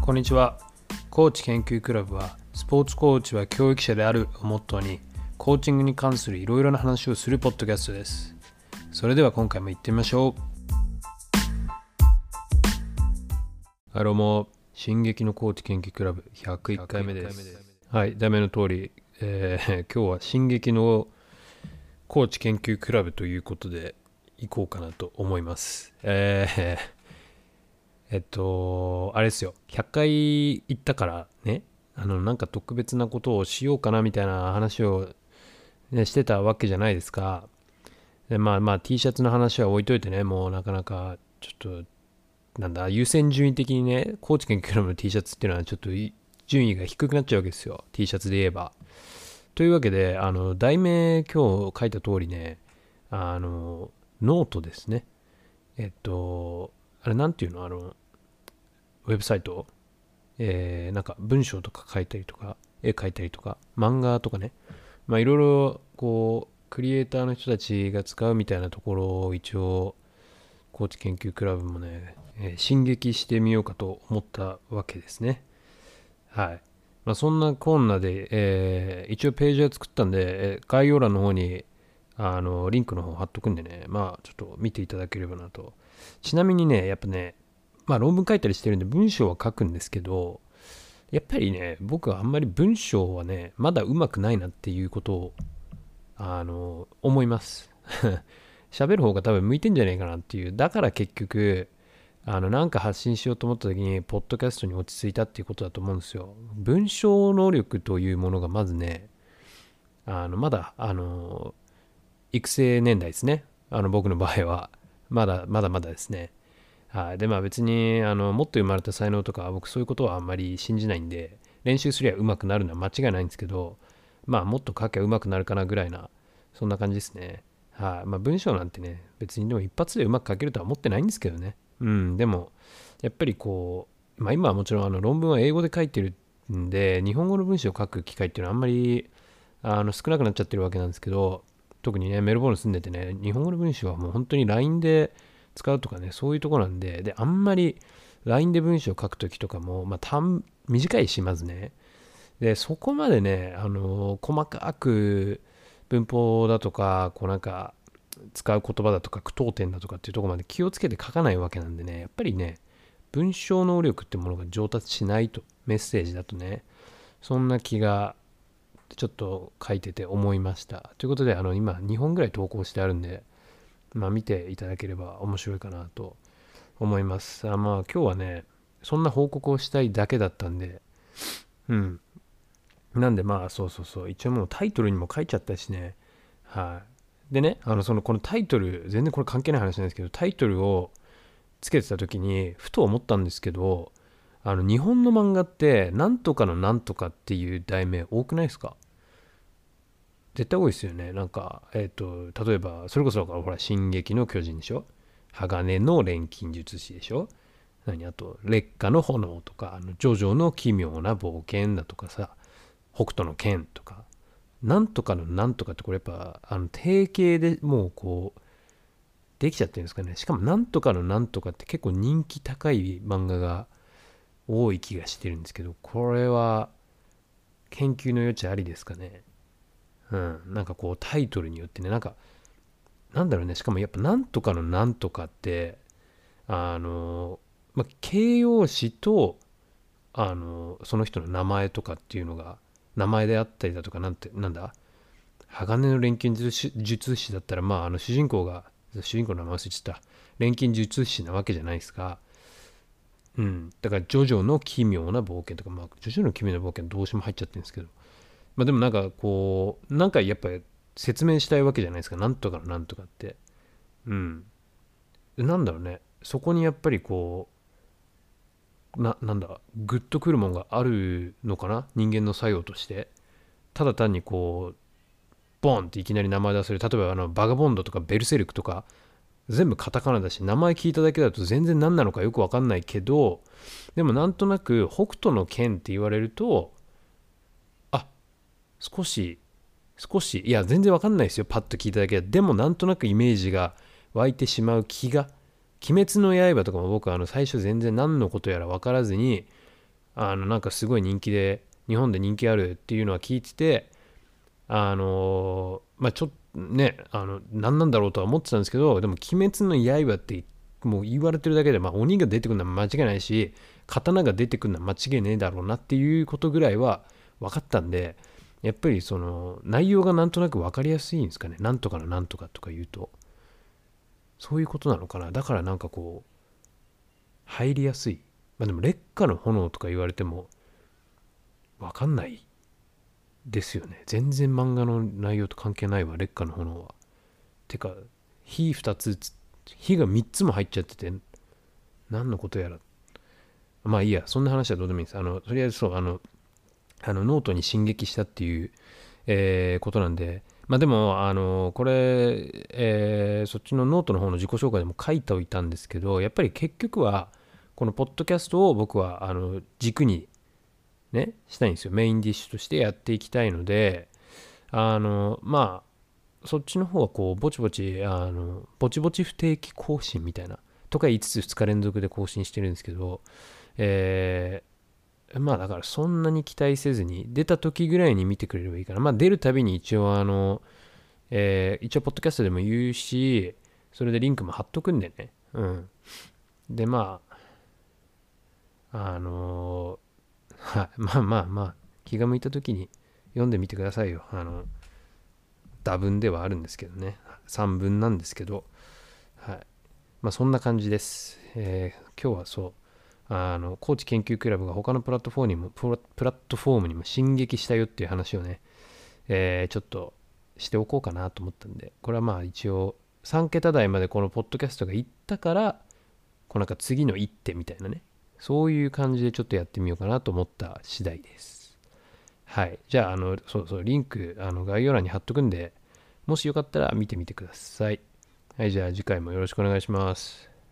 こんにちは。コーチ研究クラブはスポーツコーチは教育者であるをモットーにコーチングに関するいろいろな話をするポッドキャストです。それでは今回も行ってみましょう。どうも、進撃のコーチ研究クラブ101回目です。はい、題名の通り、今日は進撃のコーチ研究クラブということで行こうかなと思います。あれですよ。100回行ったからね、なんか特別なことをしようかなみたいな話を、ね、してたわけじゃないですか。で、まあ T シャツの話は置いといてね、もうなかなかちょっと優先順位的にね、コーチ研究クラブの T シャツっていうのはちょっと順位が低くなっちゃうわけですよ。T シャツで言えば。というわけで、題名今日書いた通りね、ノートですね。あれなんていうのウェブサイト、なんか文章とか書いたりとか、絵描いたりとか、漫画とかね、まあいろいろこう、クリエイターの人たちが使うみたいなところを一応、コーチ研究クラブもね、進撃してみようかと思ったわけですね。はい。まあそんなこんなで、一応ページは作ったんで、概要欄の方に、リンクの方貼っとくんでね、まあちょっと見ていただければなと。ちなみにね、やっぱね、まあ論文書いたりしてるんで文章は書くんですけど、やっぱりね、僕はあんまり文章はね、まだ上手くないなっていうことを、思います。喋る方が多分向いてんじゃないかなっていう。だから結局、なんか発信しようと思った時に、ポッドキャストに落ち着いたっていうことだと思うんですよ。文章能力というものがまずね、まだ、育成年代ですね。僕の場合は。まだですね。はい。で、まあ別に、もっと生まれた才能とか、僕そういうことはあんまり信じないんで、練習すりゃ上手くなるのは間違いないんですけど、まあもっと書きゃ上手くなるかなぐらいな、そんな感じですね。はい。まあ文章なんてね、別にでも一発でうまく書けるとは思ってないんですけどね。うん、でも、やっぱりこう、まあ今はもちろん論文は英語で書いてるんで、日本語の文章を書く機会っていうのはあんまり少なくなっちゃってるわけなんですけど、特にね、メルボルン住んでてね、日本語の文章はもう本当に LINE で使うとかね、そういうとこなんで、あんまり LINE で文章を書くときとかも、まあ、短いしますね。で、そこまでね、細かく文法だとか、こうなんか、使う言葉だとか句読点だとかっていうところまで気をつけて書かないわけなんでね、やっぱりね、文章能力ってものが上達しないと、メッセージだとね、そんな気がちょっと書いてて思いました。ということで、今2本ぐらい投稿してあるんで、まあ見ていただければ面白いかなと思います。まあ今日はね、そんな報告をしたいだけだったんで、うん。なんでまあそう、一応もうタイトルにも書いちゃったしね、はい。でね、このタイトル、全然これ関係ない話なんですけど、タイトルをつけてた時に、ふと思ったんですけど、日本の漫画って、なんとかのなんとかっていう題名多くないですか？絶対多いですよね。なんか、例えば、それこそ、ほら、進撃の巨人でしょ？鋼の錬金術師でしょ？あと、烈火の炎とか、ジョジョの奇妙な冒険だとかさ、北斗の剣とか、なんとかのなんとかってこれやっぱ、定型でもうこう、できちゃってるんですかね。しかも、なんとかのなんとかって結構人気高い漫画が多い気がしてるんですけど、これは研究の余地ありですかね。うん。なんかこうタイトルによってね、なんか、なんだろうね。しかもやっぱなんとかのなんとかって、まあ、形容詞と、その人の名前とかっていうのが、名前であったりだとか、なんだ鋼の錬金術師だったら、まあ、主人公の名前忘れちゃった。錬金術師なわけじゃないですか。うん。だから、ジョジョの奇妙な冒険とか、まあ、ジョジョの奇妙な冒険どうしても入っちゃってるんですけど、まあでもなんかこう、なんかやっぱり説明したいわけじゃないですか。なんとかのなんとかって。うん。なんだろうね。そこにやっぱりこう、なんだ、グッとくるもんがあるのかな、人間の作用として。ただ単にこう、ボンっていきなり名前出せる。例えばバガボンドとかベルセルクとか、全部カタカナだし、名前聞いただけだと全然何なのかよくわかんないけど、でもなんとなく北斗の剣って言われると、あ、少しいや、全然わかんないですよ。パッと聞いただけで。でも、なんとなくイメージが湧いてしまう気が。鬼滅の刃とかも僕は最初全然何のことやら分からずに、 なんかすごい人気で、日本で人気あるっていうのは聞いてて、まあちょっとね、何なんだろうとは思ってたんですけど、でも鬼滅の刃ってもう言われてるだけで、まあ鬼が出てくるのは間違いないし、刀が出てくるのは間違いねえだろうなっていうことぐらいは分かったんで、やっぱりその内容がなんとなく分かりやすいんですかね。なんとかのなんとかとか言うと。そういうことなのかな。だからなんかこう、入りやすい。まあでも劣化の炎とか言われても分かんないですよね。全然漫画の内容と関係ないわ、劣化の炎は。てか、火2つ、火が3つも入っちゃってて、何のことやら。まあいいや、そんな話はどうでもいいです。とりあえずそう、ノートに進撃したっていう、ことなんで、まあでも、これ、そっちのノートの方の自己紹介でも書いておいたんですけど、やっぱり結局は、このポッドキャストを僕は、軸にね、したいんですよ。メインディッシュとしてやっていきたいので、まあ、そっちの方はこう、ぼちぼち、ぼちぼち不定期更新みたいな、とか言いつつ2日連続で更新してるんですけど、まあだからそんなに期待せずに、出た時ぐらいに見てくれればいいかな。まあ出るたびに一応一応ポッドキャストでも言うし、それでリンクも貼っとくんでね。うん。で、まあ、はい、まあまあまあ、気が向いた時に読んでみてくださいよ。多文ではあるんですけどね。3文なんですけど、はい。まあそんな感じです。今日はそう、高知研究クラブが他のプラットフォームにも進撃したよっていう話をね、ちょっとしておこうかなと思ったんで、これはまあ一応3桁台までこのポッドキャストが行ったから、こうなんか次の一手みたいなね、そういう感じでちょっとやってみようかなと思った次第です。はい。じゃあ、そうそう、リンク、概要欄に貼っとくんで、もしよかったら見てみてください。はい、じゃあ次回もよろしくお願いします。